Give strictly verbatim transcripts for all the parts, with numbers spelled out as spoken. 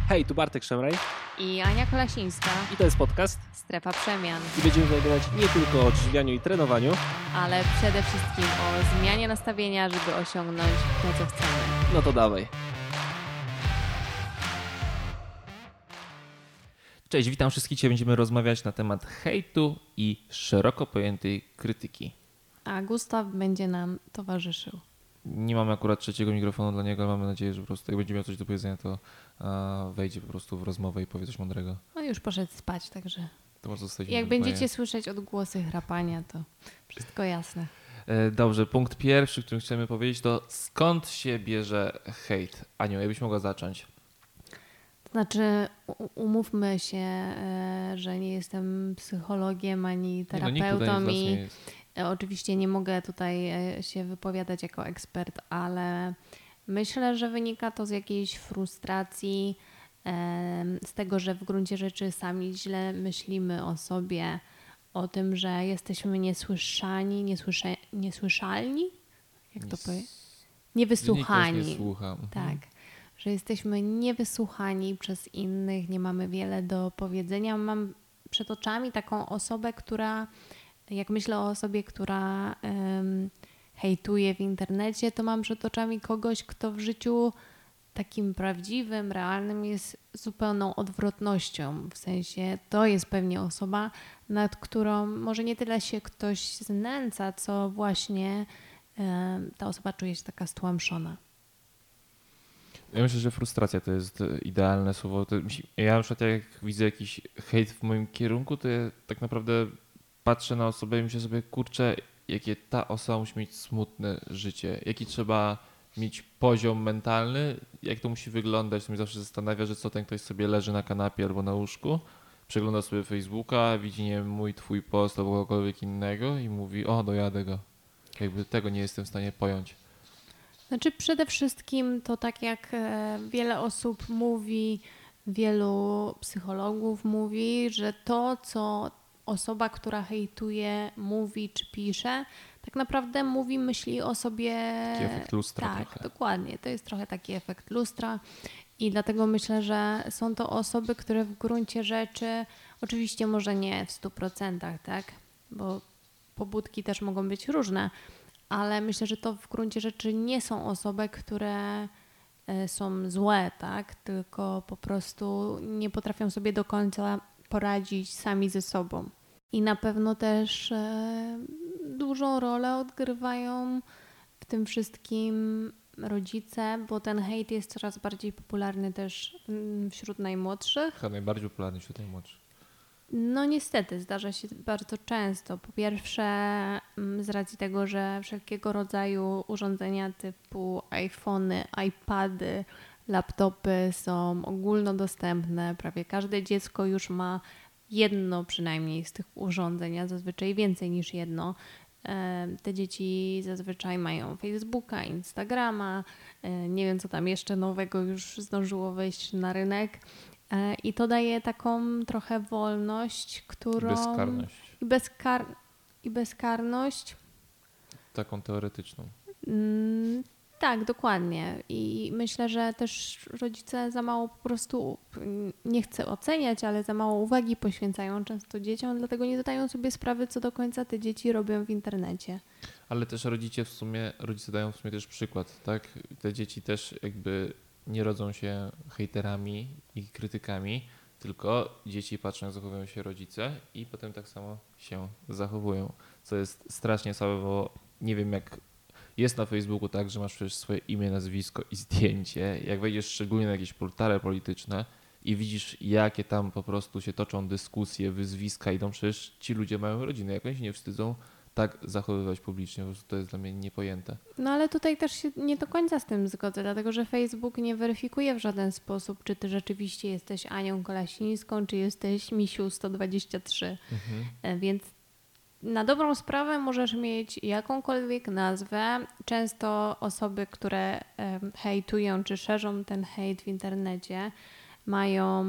Hej, tu Bartek Szemraj i Ania Kolasińska i to jest podcast Strefa Przemian, i będziemy rozmawiać nie tylko o odżywianiu i trenowaniu, ale przede wszystkim o zmianie nastawienia, żeby osiągnąć to, co chcemy. no to dawaj. Cześć, witam wszystkich. Dzisiaj będziemy rozmawiać na temat hejtu i szeroko pojętej krytyki. A Gustaw będzie nam towarzyszył. Nie mamy akurat trzeciego mikrofonu dla niego, ale mamy nadzieję, że po prostu jak będzie miał coś do powiedzenia, to uh, wejdzie po prostu w rozmowę i powie coś mądrego. On już poszedł spać, także To może zostać jak będziecie słyszeć odgłosy chrapania, to wszystko jasne. Dobrze, punkt pierwszy, który chcemy powiedzieć, to skąd się bierze hejt? Aniu, jakbyś mogła zacząć? Znaczy, umówmy się, że nie jestem psychologiem ani terapeutą no, i oczywiście nie mogę tutaj się wypowiadać jako ekspert, ale myślę, że wynika to z jakiejś frustracji, z tego, że w gruncie rzeczy sami źle myślimy o sobie, o tym, że jesteśmy niesłyszani, niesłysze, niesłyszalni? Jak to powiedzieć? Niewysłuchani. Nie słucha. Tak, że jesteśmy niewysłuchani przez innych, nie mamy wiele do powiedzenia. Mam przed oczami taką osobę, która, jak myślę o osobie, która um, hejtuje w internecie, to mam przed oczami kogoś, kto w życiu takim prawdziwym, realnym jest zupełną odwrotnością. W sensie to jest pewnie osoba, nad którą może nie tyle się ktoś znęca, co właśnie um, ta osoba czuje się taka stłamszona. Ja myślę, że frustracja to jest idealne słowo. To, ja na przykład jak widzę jakiś hejt w moim kierunku, to ja tak naprawdę patrzę na osobę i myślę sobie, kurczę, jakie ta osoba musi mieć smutne życie, jaki trzeba mieć poziom mentalny, jak to musi wyglądać. To mnie zawsze zastanawia, że co ten ktoś sobie leży na kanapie albo na łóżku, przegląda sobie Facebooka, widzi nie wiem, mój, twój post albo kogokolwiek innego i mówi, o dojadę go. Jakby tego nie jestem w stanie pojąć. Znaczy przede wszystkim to tak jak wiele osób mówi, wielu psychologów mówi, że to, co osoba, która hejtuje, mówi czy pisze, tak naprawdę mówi, myśli o sobie... Taki efekt lustra tak, trochę. dokładnie. To jest trochę taki efekt lustra i dlatego myślę, że są to osoby, które w gruncie rzeczy, oczywiście może nie w stu procentach, tak, bo pobudki też mogą być różne, ale myślę, że to w gruncie rzeczy nie są osoby, które są złe, tak? Tylko po prostu nie potrafią sobie do końca poradzić sami ze sobą. I na pewno też e, dużą rolę odgrywają w tym wszystkim rodzice, bo ten hejt jest coraz bardziej popularny też wśród najmłodszych. Chyba najbardziej popularny wśród najmłodszych. No niestety, zdarza się bardzo często. Po pierwsze z racji tego, że wszelkiego rodzaju urządzenia typu iPhony, iPady, laptopy są ogólnodostępne. Prawie każde dziecko już ma jedno przynajmniej z tych urządzeń, a zazwyczaj więcej niż jedno. Te dzieci zazwyczaj mają Facebooka, Instagrama, nie wiem co tam jeszcze nowego już zdążyło wejść na rynek. I to daje taką trochę wolność, którą... Bezkarność. I, bezkar... I bezkarność. Taką teoretyczną. Mm, tak, dokładnie. I myślę, że też rodzice za mało po prostu, nie chcę oceniać, ale za mało uwagi poświęcają często dzieciom, dlatego nie zdają sobie sprawy, co do końca te dzieci robią w internecie. Ale też rodzice w sumie, rodzice dają w sumie też przykład, tak? Te dzieci też jakby nie rodzą się hejterami i krytykami, tylko dzieci patrzą, jak zachowują się rodzice i potem tak samo się zachowują, co jest strasznie słabe, bo nie wiem jak jest na Facebooku tak, że masz przecież swoje imię, nazwisko i zdjęcie. Jak wejdziesz szczególnie na jakieś portale polityczne i widzisz, jakie tam po prostu się toczą dyskusje, wyzwiska idą, przecież ci ludzie mają rodziny, jak oni się nie wstydzą tak zachowywać publicznie, po prostu to jest dla mnie niepojęte. No ale tutaj też się nie do końca z tym zgodzę, dlatego że Facebook nie weryfikuje w żaden sposób, czy ty rzeczywiście jesteś Anią Kolasińską, czy jesteś Misiu sto dwadzieścia trzy. Mhm. Więc na dobrą sprawę możesz mieć jakąkolwiek nazwę. Często osoby, które hejtują czy szerzą ten hejt w internecie, mają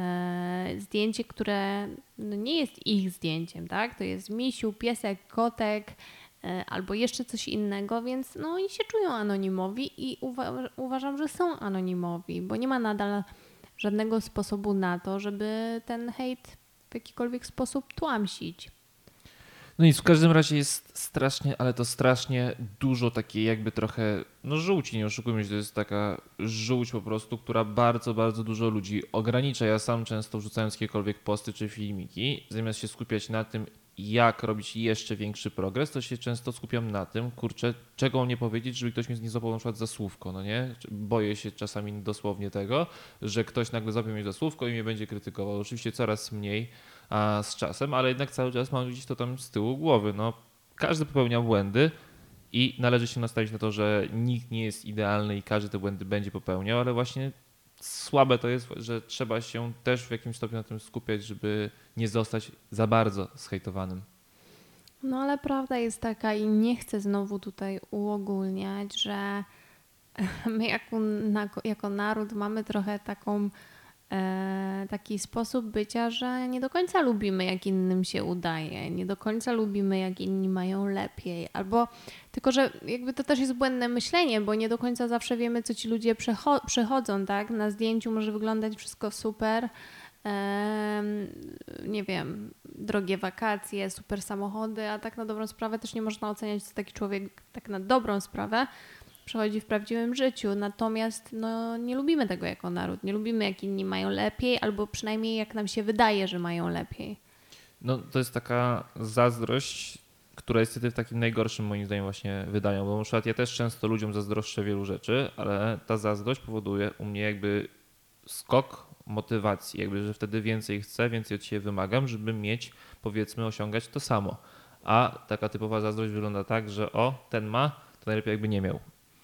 e, zdjęcie, które no nie jest ich zdjęciem, tak? To jest misiu, piesek, kotek e, albo jeszcze coś innego, więc no oni się czują anonimowi i uwa- uważam, że są anonimowi, bo nie ma nadal żadnego sposobu na to, żeby ten hejt w jakikolwiek sposób tłamsić. No nic, w każdym razie jest strasznie, ale to strasznie dużo takiej jakby trochę, no żółci, nie oszukujmy się, to jest taka żółć po prostu, która bardzo, bardzo dużo ludzi ogranicza. Ja sam często wrzucając jakiekolwiek posty czy filmiki, zamiast się skupiać na tym, jak robić jeszcze większy progres, to się często skupiam na tym, kurczę, czego nie powiedzieć, żeby ktoś mnie nie złapał na przykład za słówko, no nie? Boję się czasami dosłownie tego, że ktoś nagle złapie mnie za słówko i mnie będzie krytykował. Oczywiście coraz mniej a z czasem, ale jednak cały czas mam gdzieś to tam z tyłu głowy. No, każdy popełnia błędy i należy się nastawić na to, że nikt nie jest idealny i każdy te błędy będzie popełniał, ale właśnie słabe to jest, że trzeba się też w jakimś stopniu na tym skupiać, żeby nie zostać za bardzo zhejtowanym. No ale prawda jest taka i nie chcę znowu tutaj uogólniać, że my jako, jako naród mamy trochę taką e, taki sposób bycia, że nie do końca lubimy, jak innym się udaje, nie do końca lubimy, jak inni mają lepiej, albo tylko, że jakby to też jest błędne myślenie, bo nie do końca zawsze wiemy, co ci ludzie przecho- przechodzą, tak? Na zdjęciu może wyglądać wszystko super, e, nie wiem, drogie wakacje, super samochody, a tak na dobrą sprawę też nie można oceniać, co taki człowiek tak na dobrą sprawę przechodzi w prawdziwym życiu. Natomiast no, nie lubimy tego jako naród. Nie lubimy, jak inni mają lepiej, albo przynajmniej jak nam się wydaje, że mają lepiej. No to jest taka zazdrość, która jest wtedy w takim najgorszym moim zdaniem właśnie wydaniu, bo na przykład ja też często ludziom zazdroszczę wielu rzeczy, ale ta zazdrość powoduje u mnie jakby skok motywacji, jakby, że wtedy więcej chcę, więcej od siebie wymagam, żeby mieć, powiedzmy, osiągać to samo. A taka typowa zazdrość wygląda tak, że o, ten ma, to najlepiej jakby nie miał.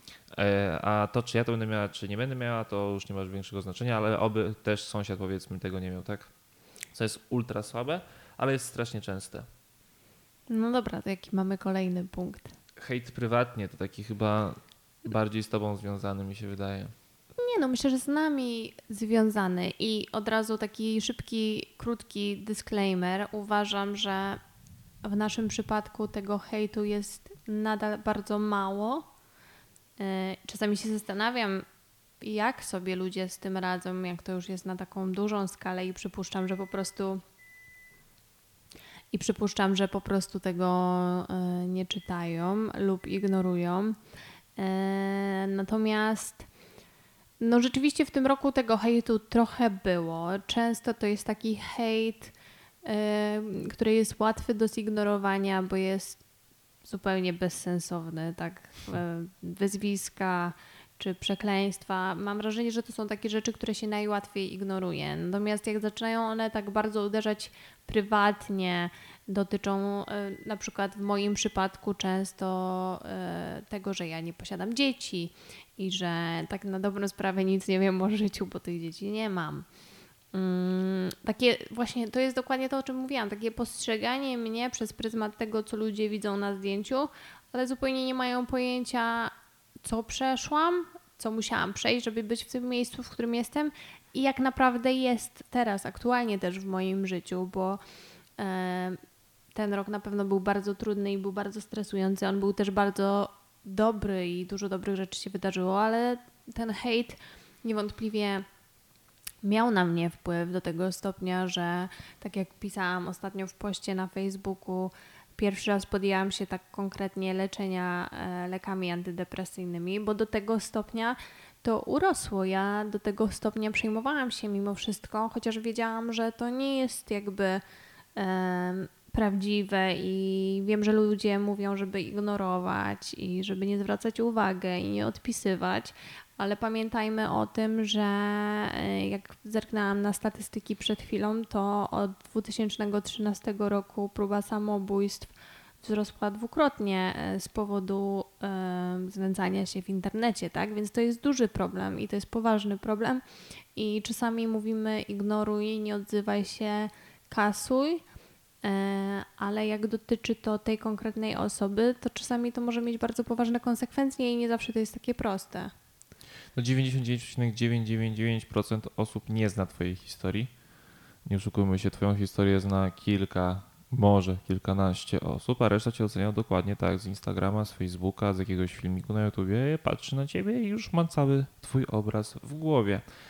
A to, czy ja to będę miała, czy nie będę miała, to już nie ma większego znaczenia, ale oby też sąsiad, powiedzmy, tego nie miał, tak? Co jest ultra słabe, ale jest strasznie częste. No dobra, to jaki mamy kolejny punkt? Hejt prywatnie to taki chyba bardziej z tobą związany, mi się wydaje. Nie no, myślę, że z nami związany i od razu taki szybki, krótki disclaimer. Uważam, że w naszym przypadku tego hejtu jest nadal bardzo mało. Czasami się zastanawiam, jak sobie ludzie z tym radzą, jak to już jest na taką dużą skalę i przypuszczam, że po prostu i przypuszczam, że po prostu tego nie czytają lub ignorują. Natomiast no rzeczywiście w tym roku tego hejtu trochę było. Często to jest taki hejt, który jest łatwy do zignorowania, bo jest zupełnie bezsensowny, tak, wyzwiska czy przekleństwa. Mam wrażenie, że to są takie rzeczy, które się najłatwiej ignoruje. Natomiast jak zaczynają one tak bardzo uderzać prywatnie, dotyczą na przykład w moim przypadku często tego, że ja nie posiadam dzieci i że tak na dobrą sprawę nic nie wiem o życiu, bo tych dzieci nie mam. Takie właśnie, to jest dokładnie to, o czym mówiłam, takie postrzeganie mnie przez pryzmat tego, co ludzie widzą na zdjęciu, ale zupełnie nie mają pojęcia, co przeszłam, co musiałam przejść, żeby być w tym miejscu, w którym jestem i jak naprawdę jest teraz, aktualnie też w moim życiu, bo e, ten rok na pewno był bardzo trudny i był bardzo stresujący, on był też bardzo dobry i dużo dobrych rzeczy się wydarzyło, ale ten hejt niewątpliwie miał na mnie wpływ do tego stopnia, że tak jak pisałam ostatnio w poście na Facebooku, pierwszy raz podjęłam się tak konkretnie leczenia lekami antydepresyjnymi, bo do tego stopnia to urosło. Ja do tego stopnia przejmowałam się mimo wszystko, chociaż wiedziałam, że to nie jest jakby e, prawdziwe i wiem, że ludzie mówią, żeby ignorować i żeby nie zwracać uwagi i nie odpisywać, ale pamiętajmy o tym, że jak zerknęłam na statystyki przed chwilą, to od dwa tysiące trzynastego roku próba samobójstw wzrosła dwukrotnie z powodu y, znęcania się w internecie, tak? Więc to jest duży problem i to jest poważny problem i czasami mówimy ignoruj, nie odzywaj się, kasuj, y, ale jak dotyczy to tej konkretnej osoby, to czasami to może mieć bardzo poważne konsekwencje i nie zawsze to jest takie proste. No dziewięćdziesiąt dziewięć przecinek dziewięćset dziewięćdziesiąt dziewięć procent osób nie zna twojej historii. Nie oszukujmy się, twoją historię zna kilka, może kilkanaście osób, a reszta cię ocenia dokładnie tak z Instagrama, z Facebooka, z jakiegoś filmiku na YouTubie, patrzy na ciebie i już ma cały twój obraz w głowie.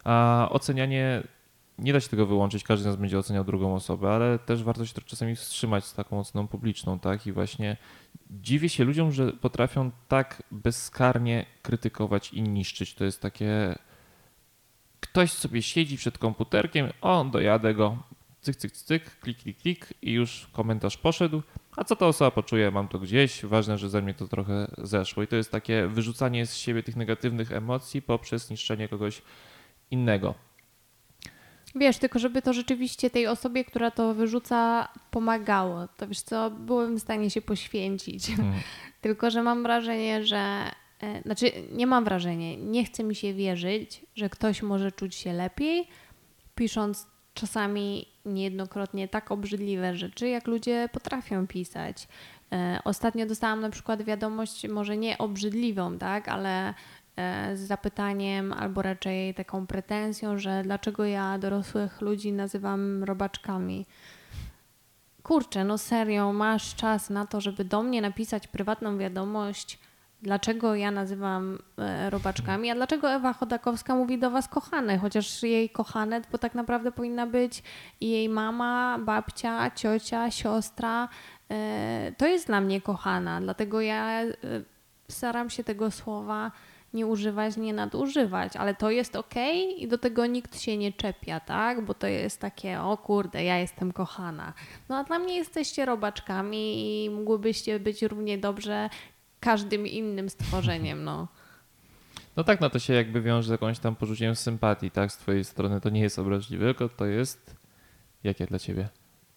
A ocenianie, nie da się tego wyłączyć, każdy z nas będzie oceniał drugą osobę, ale też warto się czasami wstrzymać z taką oceną publiczną, tak? I właśnie dziwię się ludziom, że potrafią tak bezkarnie krytykować i niszczyć. To jest takie, ktoś sobie siedzi przed komputerkiem, o, dojadę go, cyk, cyk, cyk, klik, klik, klik i już komentarz poszedł. A co ta osoba poczuje, mam to gdzieś, ważne, że ze mnie to trochę zeszło. I to jest takie wyrzucanie z siebie tych negatywnych emocji poprzez niszczenie kogoś innego. Wiesz, tylko żeby to rzeczywiście tej osobie, która to wyrzuca, pomagało. To wiesz co, byłem w stanie się poświęcić. Hmm. Tylko że mam wrażenie, że... e, Znaczy, nie mam wrażenia, nie chce mi się wierzyć, że ktoś może czuć się lepiej, pisząc czasami niejednokrotnie tak obrzydliwe rzeczy, jak ludzie potrafią pisać. E, Ostatnio dostałam na przykład wiadomość, może nie obrzydliwą, tak, ale e, z zapytaniem albo raczej taką pretensją, że dlaczego ja dorosłych ludzi nazywam robaczkami. Kurczę, no serio, masz czas na to, żeby do mnie napisać prywatną wiadomość, dlaczego ja nazywam e, robaczkami, a dlaczego Ewa Chodakowska mówi do was kochane, chociaż jej kochane, bo tak naprawdę powinna być i jej mama, babcia, ciocia, siostra. E, to jest dla mnie kochana, dlatego ja e, staram się tego słowa nie używać, nie nadużywać, ale to jest okej i do tego nikt się nie czepia, tak? Bo to jest takie, o kurde, ja jestem kochana. No a dla mnie jesteście robaczkami i mogłybyście być równie dobrze każdym innym stworzeniem, no. No tak, no to się jakby wiąże z jakąś tam poczuciem sympatii, tak? Z twojej strony to nie jest obraźliwe, tylko to jest jakie dla ciebie?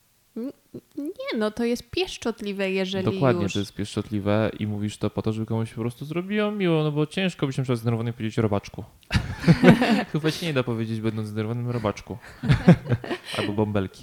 Nie, no to jest pieszczotliwe, jeżeli Dokładnie, już. to jest pieszczotliwe i mówisz to po to, żeby komuś po prostu zrobiło miło, no bo ciężko być na przykład zdenerwowanym powiedzieć robaczku. Chyba się nie da powiedzieć będąc zdenerwowanym robaczku. Albo bąbelki.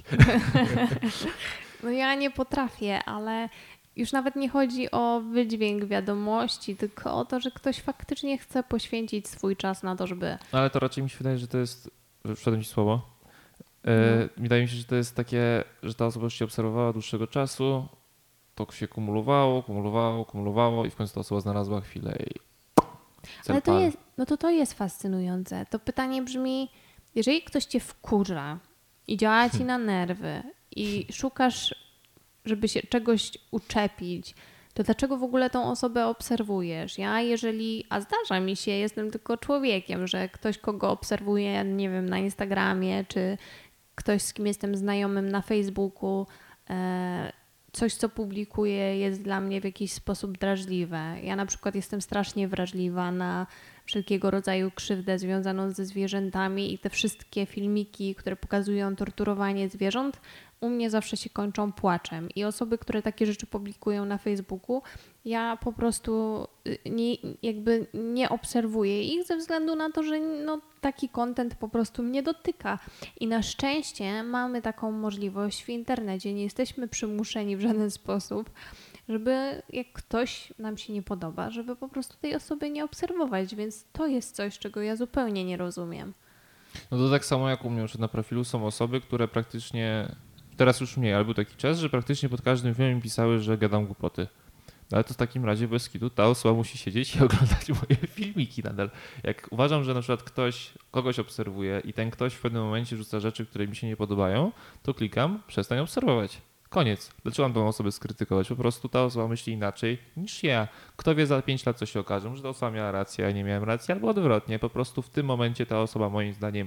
No ja nie potrafię, ale już nawet nie chodzi o wydźwięk wiadomości, tylko o to, że ktoś faktycznie chce poświęcić swój czas na to, żeby... No ale to raczej mi się wydaje, że to jest, wszedłem ci słowo, e, wydaje mi się, że to jest takie, że ta osoba już cię obserwowała dłuższego czasu, to się kumulowało, kumulowało, kumulowało i w końcu ta osoba znalazła chwilę i Ale to Cel jest, no to to jest fascynujące. To pytanie brzmi, jeżeli ktoś cię wkurza i działa ci na nerwy i szukasz, żeby się czegoś uczepić, to dlaczego w ogóle tą osobę obserwujesz? Ja jeżeli, a zdarza mi się, jestem tylko człowiekiem, że ktoś, kogo obserwuję, nie wiem, na Instagramie, czy ktoś, z kim jestem znajomym na Facebooku, e, coś, co publikuję, jest dla mnie w jakiś sposób drażliwe. Ja na przykład jestem strasznie wrażliwa na wszelkiego rodzaju krzywdę związaną ze zwierzętami i te wszystkie filmiki, które pokazują torturowanie zwierząt, u mnie zawsze się kończą płaczem. I osoby, które takie rzeczy publikują na Facebooku, ja po prostu nie, jakby nie obserwuję ich ze względu na to, że no, taki content po prostu mnie dotyka. I na szczęście mamy taką możliwość w internecie. Nie jesteśmy przymuszeni w żaden sposób, żeby jak ktoś nam się nie podoba, żeby po prostu tej osoby nie obserwować. Więc to jest coś, czego ja zupełnie nie rozumiem. No to tak samo jak u mnie już na profilu są osoby, które praktycznie, teraz już mniej, ale był taki czas, że praktycznie pod każdym filmem pisały, że gadam głupoty. No ale to w takim razie bez kitu ta osoba musi siedzieć i oglądać moje filmiki nadal. Jak uważam, że na przykład ktoś, kogoś obserwuje i ten ktoś w pewnym momencie rzuca rzeczy, które mi się nie podobają, to klikam, przestań obserwować. Koniec. Dlaczego mam tą osobę skrytykować? Po prostu ta osoba myśli inaczej niż ja. Kto wie za pięć lat, co się okaże? Może ta osoba miała rację, a ja nie miałem racji, albo odwrotnie. Po prostu w tym momencie ta osoba moim zdaniem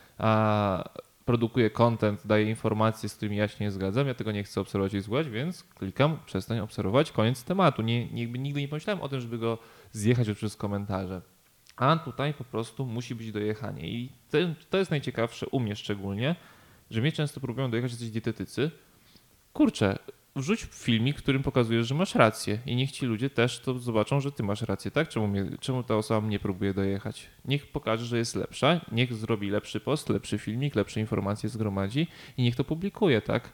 a, produkuje content, daje informacje, z którymi ja się nie zgadzam. Ja tego nie chcę obserwować i słuchać, więc klikam, przestań obserwować, koniec tematu. Nie, nie, nigdy nie pomyślałem o tym, żeby go zjechać przez komentarze. A tutaj po prostu musi być dojechanie. I to, to jest najciekawsze u mnie szczególnie, że mnie często próbują dojechać jacyś dietetycy. Kurczę, wrzuć filmik, w którym pokazujesz, że masz rację i niech ci ludzie też to zobaczą, że ty masz rację, tak? Czemu, mnie, czemu ta osoba mnie próbuje dojechać? Niech pokaże, że jest lepsza, niech zrobi lepszy post, lepszy filmik, lepsze informacje zgromadzi i niech to publikuje, tak?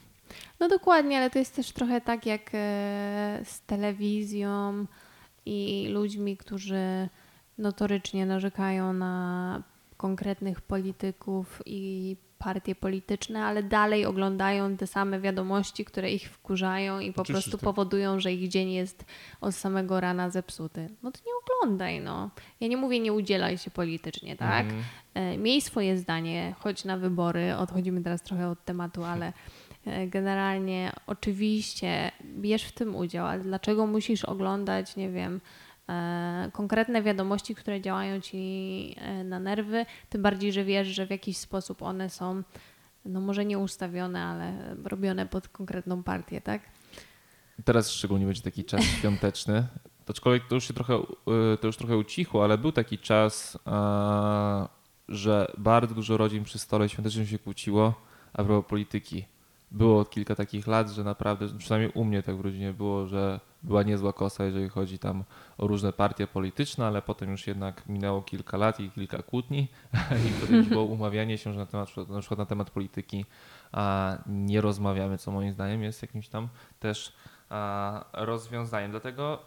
No dokładnie, ale to jest też trochę tak jak e, z telewizją i ludźmi, którzy notorycznie narzekają na konkretnych polityków i partie polityczne, ale dalej oglądają te same wiadomości, które ich wkurzają i po Oczywiście, prostu że tak. powodują, że ich dzień jest od samego rana zepsuty. No to nie oglądaj, no. Ja nie mówię, nie udzielaj się politycznie, tak? Mhm. E, Miej swoje zdanie, chodź na wybory. Odchodzimy teraz trochę od tematu, ale e, generalnie oczywiście bierz w tym udział, ale dlaczego musisz oglądać, nie wiem, e, konkretne wiadomości, które działają ci e, na nerwy, tym bardziej, że wiesz, że w jakiś sposób one są, no może nie ustawione, ale robione pod konkretną partię, tak? Teraz szczególnie będzie taki czas świąteczny. Aczkolwiek to już się trochę, y, to już trochę ucichło, ale był taki czas, a, że bardzo dużo rodzin przy stole świątecznym się kłóciło a propos polityki. Było kilka takich lat, że naprawdę, przynajmniej u mnie tak w rodzinie było, że była niezła kosa, jeżeli chodzi tam o różne partie polityczne, ale potem już jednak minęło kilka lat i kilka kłótni i potem już było umawianie się, że na temat, na przykład na temat polityki a, nie rozmawiamy, co moim zdaniem jest jakimś tam też a, rozwiązaniem. Dlatego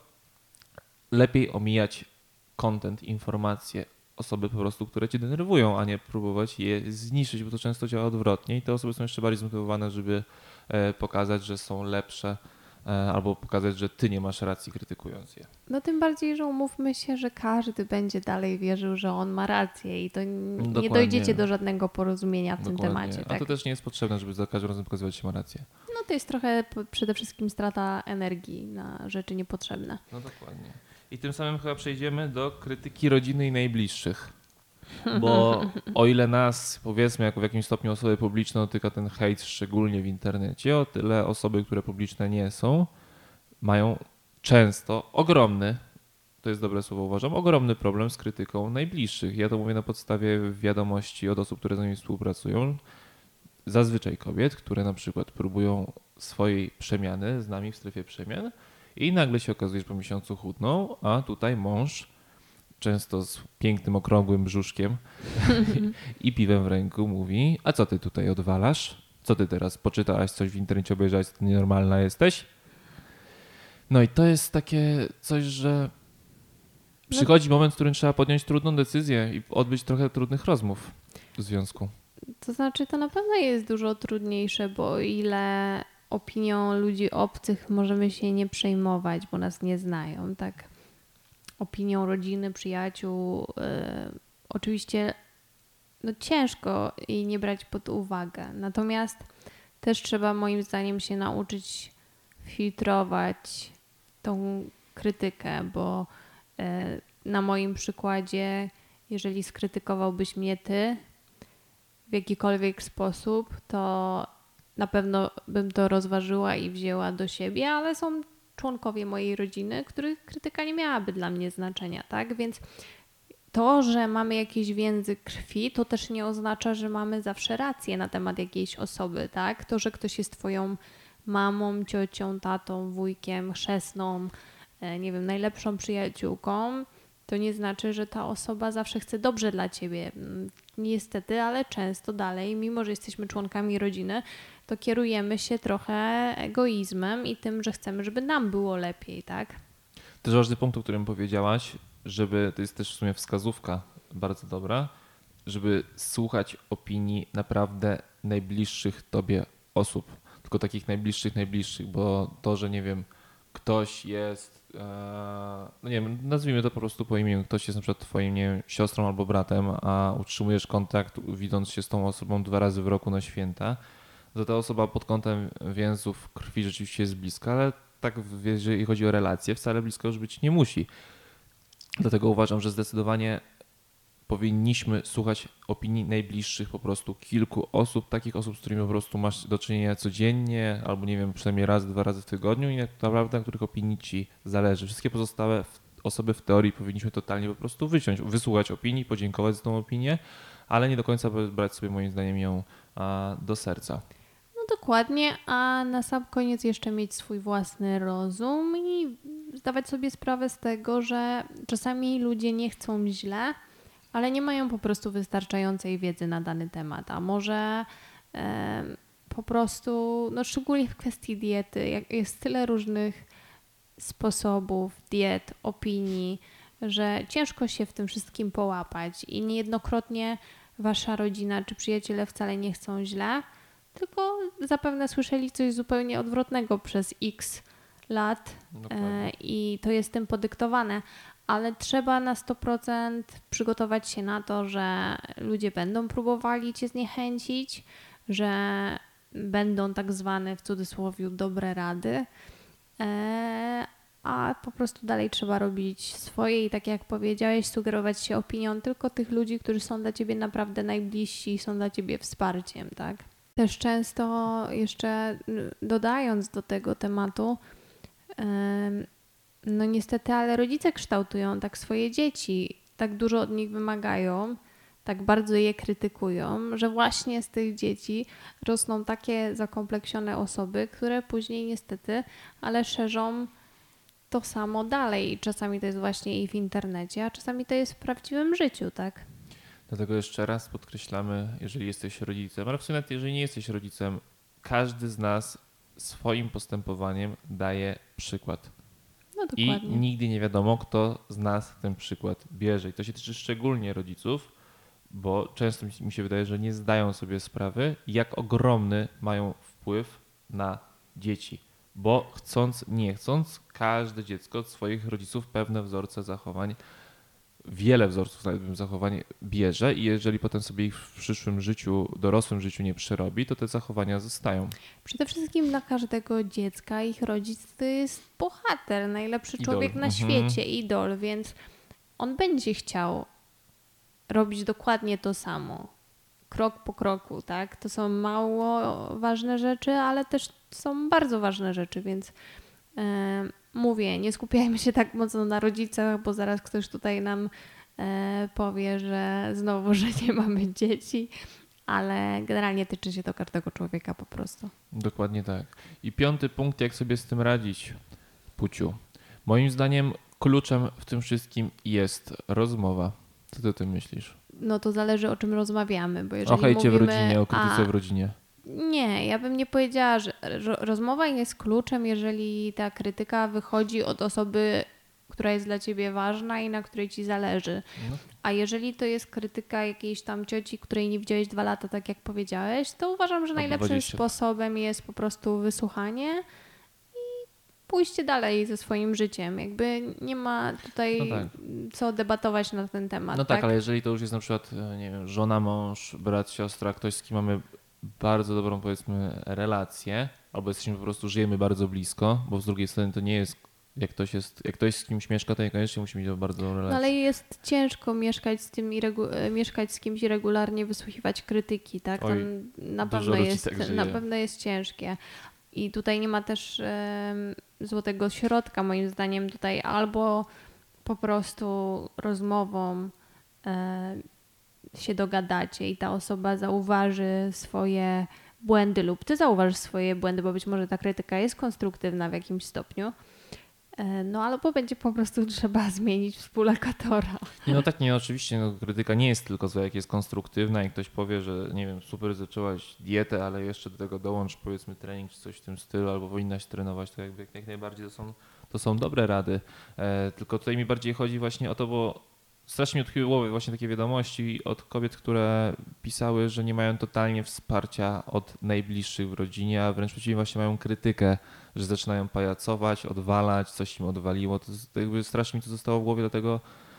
lepiej omijać content, informacje, osoby po prostu, które cię denerwują, a nie próbować je zniszczyć, bo to często działa odwrotnie i te osoby są jeszcze bardziej zmotywowane, żeby e, pokazać, że są lepsze e, albo pokazać, że ty nie masz racji, krytykując je. No tym bardziej, że umówmy się, że każdy będzie dalej wierzył, że on ma rację i to n- nie Dokładnie. dojdziecie do żadnego porozumienia w tym Dokładnie. temacie. A Tak? to też nie jest potrzebne, żeby za każdym razem pokazywać, że ma rację. No to jest trochę po- przede wszystkim strata energii na rzeczy niepotrzebne. No dokładnie. I tym samym chyba przejdziemy do krytyki rodziny i najbliższych. Bo o ile nas, powiedzmy, jako w jakimś stopniu osoby publiczne dotyka ten hejt, szczególnie w internecie, o tyle osoby, które publiczne nie są, mają często ogromny, to jest dobre słowo uważam, ogromny problem z krytyką najbliższych. Ja to mówię na podstawie wiadomości od osób, które z nami współpracują. Zazwyczaj kobiet, które na przykład próbują swojej przemiany z nami w strefie przemian i nagle się okazuje, że po miesiącu chudną, a tutaj mąż, często z pięknym, okrągłym brzuszkiem i piwem w ręku mówi, a co ty tutaj odwalasz? Co ty teraz poczytałaś coś w internecie, obejrzałeś, ty nienormalna jesteś? No i to jest takie coś, że przychodzi moment, w którym trzeba podjąć trudną decyzję i odbyć trochę trudnych rozmów w związku. To znaczy, to na pewno jest dużo trudniejsze, bo o ile opinią ludzi obcych możemy się nie przejmować, bo nas nie znają, tak? Opinią rodziny, przyjaciół, yy, oczywiście no ciężko jej nie brać pod uwagę. Natomiast też trzeba moim zdaniem się nauczyć filtrować tą krytykę, bo yy, na moim przykładzie, jeżeli skrytykowałbyś mnie ty w jakikolwiek sposób, to na pewno bym to rozważyła i wzięła do siebie, ale są członkowie mojej rodziny, których krytyka nie miałaby dla mnie znaczenia, tak? Więc to, że mamy jakieś więzy krwi, to też nie oznacza, że mamy zawsze rację na temat jakiejś osoby, tak? To, że ktoś jest twoją mamą, ciocią, tatą, wujkiem, chrzestną, nie wiem, najlepszą przyjaciółką, to nie znaczy, że ta osoba zawsze chce dobrze dla ciebie. Niestety, ale często dalej, mimo że jesteśmy członkami rodziny, to kierujemy się trochę egoizmem i tym, że chcemy, żeby nam było lepiej, tak? Też ważny punkt, o którym powiedziałaś, żeby, to jest też w sumie wskazówka bardzo dobra, żeby słuchać opinii naprawdę najbliższych tobie osób. Tylko takich najbliższych, najbliższych, bo to, że nie wiem, ktoś jest, e, no nie wiem, nazwijmy to po prostu po imieniu, ktoś jest na przykład twoim, nie wiem, siostrą albo bratem, a utrzymujesz kontakt, widząc się z tą osobą dwa razy w roku na święta, to ta osoba pod kątem więzów krwi rzeczywiście jest bliska, ale tak jeżeli chodzi o relacje, wcale blisko już być nie musi. Dlatego uważam, że zdecydowanie powinniśmy słuchać opinii najbliższych po prostu kilku osób, takich osób, z którymi po prostu masz do czynienia codziennie albo nie wiem, przynajmniej raz, dwa razy w tygodniu i naprawdę na których opinii ci zależy. Wszystkie pozostałe osoby w teorii powinniśmy totalnie po prostu wyciąć, wysłuchać opinii, podziękować za tą opinię, ale nie do końca brać sobie moim zdaniem ją a, do serca. No dokładnie, a na sam koniec jeszcze mieć swój własny rozum i zdawać sobie sprawę z tego, że czasami ludzie nie chcą źle, ale nie mają po prostu wystarczającej wiedzy na dany temat, a może e, po prostu, no szczególnie w kwestii diety, jak jest tyle różnych sposobów, diet, opinii, że ciężko się w tym wszystkim połapać i niejednokrotnie wasza rodzina czy przyjaciele wcale nie chcą źle, tylko zapewne słyszeli coś zupełnie odwrotnego przez x lat Dokładnie. i to jest tym podyktowane. Ale trzeba na sto procent przygotować się na to, że ludzie będą próbowali cię zniechęcić, że będą tak zwane w cudzysłowie dobre rady, a po prostu dalej trzeba robić swoje i tak jak powiedziałeś, sugerować się opinią tylko tych ludzi, którzy są dla ciebie naprawdę najbliżsi i są dla ciebie wsparciem, tak? Też często jeszcze dodając do tego tematu, no niestety, ale rodzice kształtują tak swoje dzieci, tak dużo od nich wymagają, tak bardzo je krytykują, że właśnie z tych dzieci rosną takie zakompleksione osoby, które później niestety, ale szerzą to samo dalej. Czasami to jest właśnie i w internecie, a czasami to jest w prawdziwym życiu, tak? Dlatego jeszcze raz podkreślamy, jeżeli jesteś rodzicem, ale w sumie nawet jeżeli nie jesteś rodzicem, każdy z nas swoim postępowaniem daje przykład. No I dokładnie. nigdy nie wiadomo, kto z nas ten przykład bierze. I to się tyczy szczególnie rodziców, bo często mi się wydaje, że nie zdają sobie sprawy, jak ogromny mają wpływ na dzieci. Bo chcąc, nie chcąc, każde dziecko od swoich rodziców pewne wzorce zachowań, wiele wzorców nawet bym zachowań bierze i jeżeli potem sobie ich w przyszłym życiu, dorosłym życiu nie przerobi, to te zachowania zostają. Przede wszystkim dla każdego dziecka ich rodzic to jest bohater, najlepszy Idol. człowiek na Mhm. świecie, idol, więc on będzie chciał robić dokładnie to samo. Krok po kroku, tak? To są mało ważne rzeczy, ale też są bardzo ważne rzeczy, więc yy, mówię, nie skupiajmy się tak mocno na rodzicach, bo zaraz ktoś tutaj nam yy, powie, że znowu, że nie mamy dzieci, ale generalnie tyczy się to każdego człowieka po prostu. Dokładnie tak. I piąty punkt, jak sobie z tym radzić, Puciu. Moim zdaniem kluczem w tym wszystkim jest rozmowa. Co ty o tym myślisz? No to zależy, o czym rozmawiamy, bo jeżeli O hejcie mówimy, w rodzinie, o krytyce a, w rodzinie. Nie, ja bym nie powiedziała, że ro- rozmowa jest kluczem, jeżeli ta krytyka wychodzi od osoby, która jest dla ciebie ważna i na której ci zależy. No. A jeżeli to jest krytyka jakiejś tam cioci, której nie widziałeś dwa lata, tak jak powiedziałeś, to uważam, że Albo najlepszym dwadzieścia. sposobem jest po prostu wysłuchanie i pójście dalej ze swoim życiem. Jakby nie ma tutaj No tak. co debatować na ten temat. No tak, ale jeżeli to już jest na przykład, nie wiem, żona, mąż, brat, siostra, ktoś, z kim mamy bardzo dobrą, powiedzmy, relację, albo jesteśmy po prostu, żyjemy bardzo blisko, bo z drugiej strony to nie jest, jak ktoś jest, jak ktoś z kimś mieszka, to niekoniecznie musi mieć bardzo dobrą relację. No ale jest ciężko mieszkać z tym i regu- mieszkać z kimś i regularnie wysłuchiwać krytyki, tak? To Oj, na dużo pewno ludzi jest tak żyje. na pewno jest ciężkie. I tutaj nie ma też em, złotego środka, moim zdaniem. Tutaj albo po prostu rozmową e, się dogadacie i ta osoba zauważy swoje błędy lub ty zauważysz swoje błędy, bo być może ta krytyka jest konstruktywna w jakimś stopniu. E, No albo będzie po prostu trzeba zmienić współlokatora. Nie, no tak, nie, oczywiście no, krytyka nie jest tylko zła, jak jest konstruktywna i ktoś powie, że nie wiem, super zaczęłaś dietę, ale jeszcze do tego dołącz powiedzmy trening czy coś w tym stylu, albo powinnaś trenować, to jakby jak najbardziej to są, to są dobre rady. E, tylko tutaj mi bardziej chodzi właśnie o to, bo strasznie mi utkwiły głowy właśnie takie wiadomości od kobiet, które pisały, że nie mają totalnie wsparcia od najbliższych w rodzinie, a wręcz przeciwnie właśnie mają krytykę, że zaczynają pajacować, odwalać, coś im odwaliło. To, to jakby strasznie mi to zostało w głowie, dlatego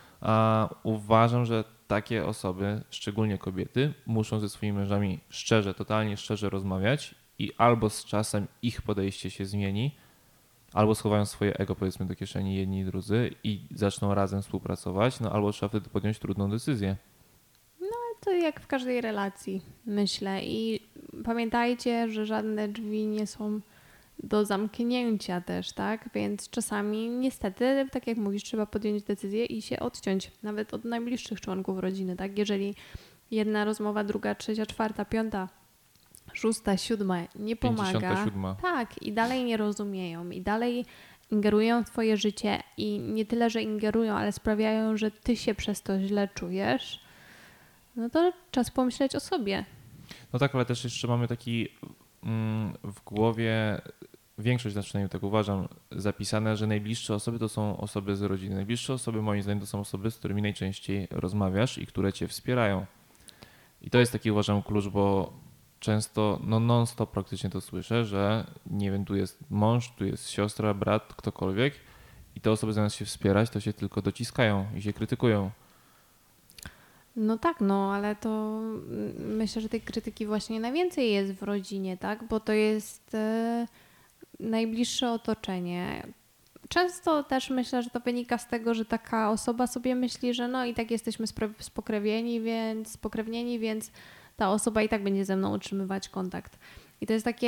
a uważam, że takie osoby, szczególnie kobiety, muszą ze swoimi mężami szczerze, totalnie szczerze rozmawiać i albo z czasem ich podejście się zmieni, albo schowają swoje ego powiedzmy do kieszeni jedni i drudzy i zaczną razem współpracować, no albo trzeba wtedy podjąć trudną decyzję. To jak w każdej relacji, myślę. I pamiętajcie, że żadne drzwi nie są do zamknięcia też, tak? Więc czasami niestety, tak jak mówisz, trzeba podjąć decyzję i się odciąć, nawet od najbliższych członków rodziny, tak? Jeżeli jedna rozmowa, druga, trzecia, czwarta, piąta, szósta, siódma nie pomaga. pięćdziesiąta siódma. Tak, i dalej nie rozumieją, i dalej ingerują w twoje życie i nie tyle, że ingerują, ale sprawiają, że ty się przez to źle czujesz, no to czas pomyśleć o sobie. No tak, ale też jeszcze mamy taki mm, w głowie, większość nas przynajmniej tak uważam, zapisane, że najbliższe osoby to są osoby z rodziny. Najbliższe osoby moim zdaniem to są osoby, z którymi najczęściej rozmawiasz i które cię wspierają. I to jest taki, uważam, klucz, bo często, no non-stop praktycznie to słyszę, że nie wiem, tu jest mąż, tu jest siostra, brat, ktokolwiek i te osoby zamiast się wspierać, to się tylko dociskają i się krytykują. No tak, no ale to myślę, że tej krytyki właśnie najwięcej jest w rodzinie, tak? Bo to jest e, najbliższe otoczenie. Często też myślę, że to wynika z tego, że taka osoba sobie myśli, że no i tak jesteśmy spra- spokrewnieni, więc spokrewnieni, więc ta osoba i tak będzie ze mną utrzymywać kontakt. I to jest takie,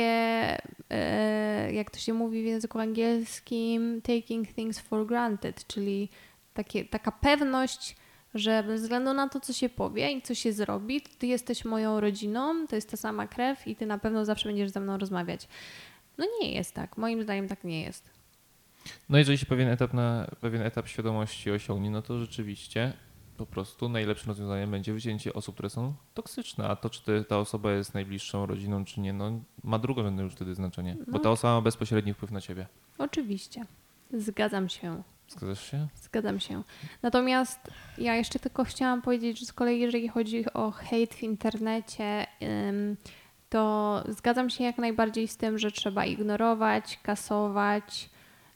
e, jak to się mówi w języku angielskim, taking things for granted, czyli takie, taka pewność, że bez względu na to, co się powie i co się zrobi, to ty jesteś moją rodziną, to jest ta sama krew i ty na pewno zawsze będziesz ze mną rozmawiać. No nie jest tak. Moim zdaniem tak nie jest. No jeżeli się pewien etap na pewien etap świadomości osiągnie, no to rzeczywiście po prostu najlepszym rozwiązaniem będzie wycięcie osób, które są toksyczne, a to, czy ty, ta osoba jest najbliższą rodziną, czy nie, no ma drugorzędne już wtedy znaczenie, bo No. ta osoba ma bezpośredni wpływ na ciebie. Oczywiście. Zgadzam się. Zgadzasz się? Zgadzam się. Natomiast ja jeszcze tylko chciałam powiedzieć, że z kolei jeżeli chodzi o hejt w internecie, ym, to zgadzam się jak najbardziej z tym, że trzeba ignorować, kasować,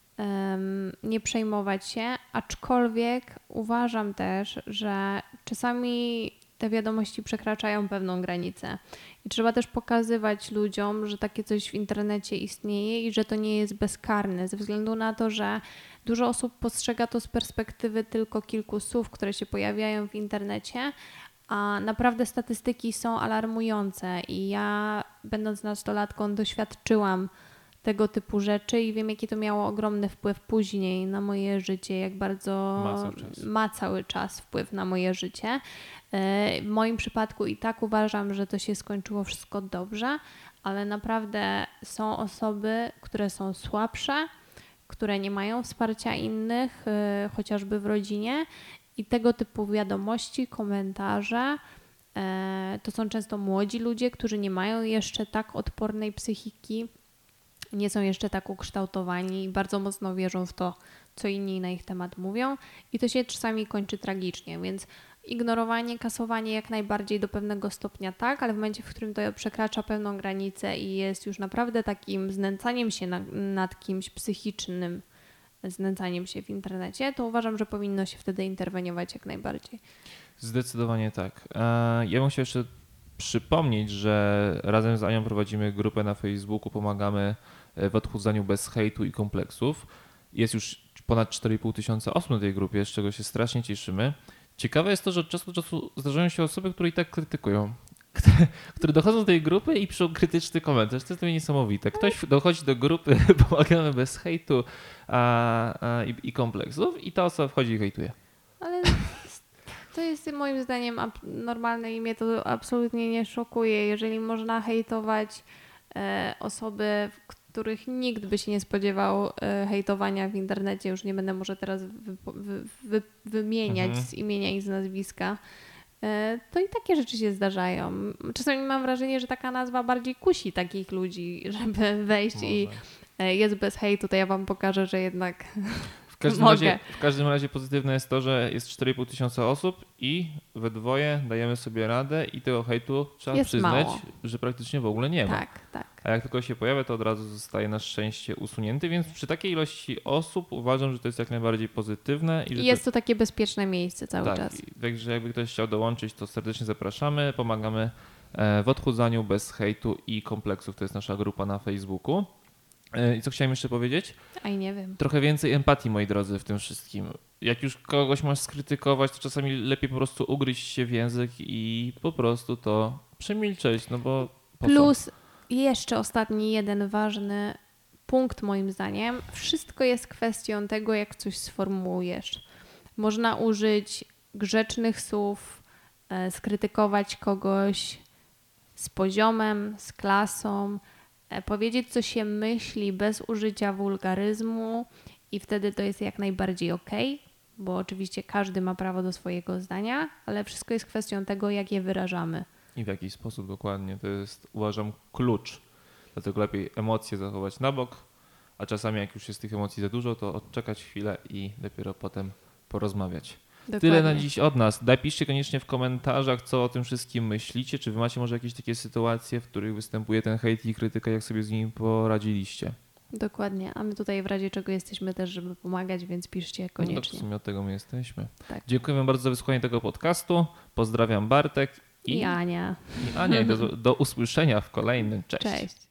ym, nie przejmować się, aczkolwiek uważam też, że czasami te wiadomości przekraczają pewną granicę. I trzeba też pokazywać ludziom, że takie coś w internecie istnieje i że to nie jest bezkarne, ze względu na to, że dużo osób postrzega to z perspektywy tylko kilku słów, które się pojawiają w internecie, a naprawdę statystyki są alarmujące i ja, będąc nastolatką, doświadczyłam tego typu rzeczy i wiem, jaki to miało ogromny wpływ później na moje życie, jak bardzo Ma cały czas. ma cały czas wpływ na moje życie. W moim przypadku i tak uważam, że to się skończyło wszystko dobrze, ale naprawdę są osoby, które są słabsze, które nie mają wsparcia innych, yy, chociażby w rodzinie i tego typu wiadomości, komentarze yy, to są często młodzi ludzie, którzy nie mają jeszcze tak odpornej psychiki, nie są jeszcze tak ukształtowani i bardzo mocno wierzą w to, co inni na ich temat mówią i to się czasami kończy tragicznie, więc ignorowanie, kasowanie jak najbardziej do pewnego stopnia tak, ale w momencie, w którym to przekracza pewną granicę i jest już naprawdę takim znęcaniem się na, nad kimś psychicznym, znęcaniem się w internecie, to uważam, że powinno się wtedy interweniować jak najbardziej. Zdecydowanie tak. Ja bym chciał jeszcze przypomnieć, że razem z Anią prowadzimy grupę na Facebooku, pomagamy w odchudzaniu bez hejtu i kompleksów. Jest już ponad cztery i pół tysiąca osób na tej grupie, z czego się strasznie cieszymy. Ciekawe jest to, że od czasu do czasu zdarzają się osoby, które i tak krytykują, które, które dochodzą do tej grupy i piszą krytyczny komentarz. To jest dla mnie niesamowite. Ktoś dochodzi do grupy, pomagamy bez hejtu a, a, i, i kompleksów i ta osoba wchodzi i hejtuje. Ale to jest moim zdaniem normalne i mnie to absolutnie nie szokuje. Jeżeli można hejtować e, osoby, których nikt by się nie spodziewał e, hejtowania w internecie, już nie będę może teraz wy, wy, wy, wymieniać Mhm. z imienia i z nazwiska, e, to i takie rzeczy się zdarzają. Czasami mam wrażenie, że taka nazwa bardziej kusi takich ludzi, żeby wejść Może. i e, jest bez hejtu, to ja wam pokażę, że jednak W każdym, mogę. razie, w każdym razie pozytywne jest to, że jest cztery i pół tysiąca osób i we dwoje dajemy sobie radę i tego hejtu trzeba Jest przyznać, mało. że praktycznie w ogóle nie ma. Tak, tak. A jak tylko się pojawia, to od razu zostaje na szczęście usunięty, więc przy takiej ilości osób uważam, że to jest jak najbardziej pozytywne. I, że I jest to, to takie bezpieczne miejsce cały tak, czas. i- Także jakby ktoś chciał dołączyć, to serdecznie zapraszamy. Pomagamy e, w odchudzaniu bez hejtu i kompleksów. To jest nasza grupa na Facebooku. E, I co chciałem jeszcze powiedzieć? Aj, nie wiem. Trochę więcej empatii, moi drodzy, w tym wszystkim. Jak już kogoś masz skrytykować, to czasami lepiej po prostu ugryźć się w język i po prostu to przemilczeć, no bo po co? Plus jeszcze ostatni jeden ważny punkt moim zdaniem. Wszystko jest kwestią tego, jak coś sformułujesz. Można użyć grzecznych słów, e, skrytykować kogoś z poziomem, z klasą, e, powiedzieć, co się myśli bez użycia wulgaryzmu i wtedy to jest jak najbardziej okej, bo oczywiście każdy ma prawo do swojego zdania, ale wszystko jest kwestią tego, jak je wyrażamy. I w jaki sposób dokładnie. To jest, uważam, klucz. Dlatego lepiej emocje zachować na bok, a czasami jak już jest tych emocji za dużo, to odczekać chwilę i dopiero potem porozmawiać. Dokładnie. Tyle na dziś od nas. Napiszcie koniecznie w komentarzach, co o tym wszystkim myślicie. Czy wy macie może jakieś takie sytuacje, w których występuje ten hejt i krytyka, jak sobie z nimi poradziliście? Dokładnie, a my tutaj w razie czego jesteśmy też, żeby pomagać, więc piszcie No to w koniecznie. sumie od tego my jesteśmy. Tak. Dziękujemy bardzo za wysłuchanie tego podcastu. Pozdrawiam Bartek I, I Ania. i Ania. I do, do usłyszenia w kolejnym. Cześć. Cześć.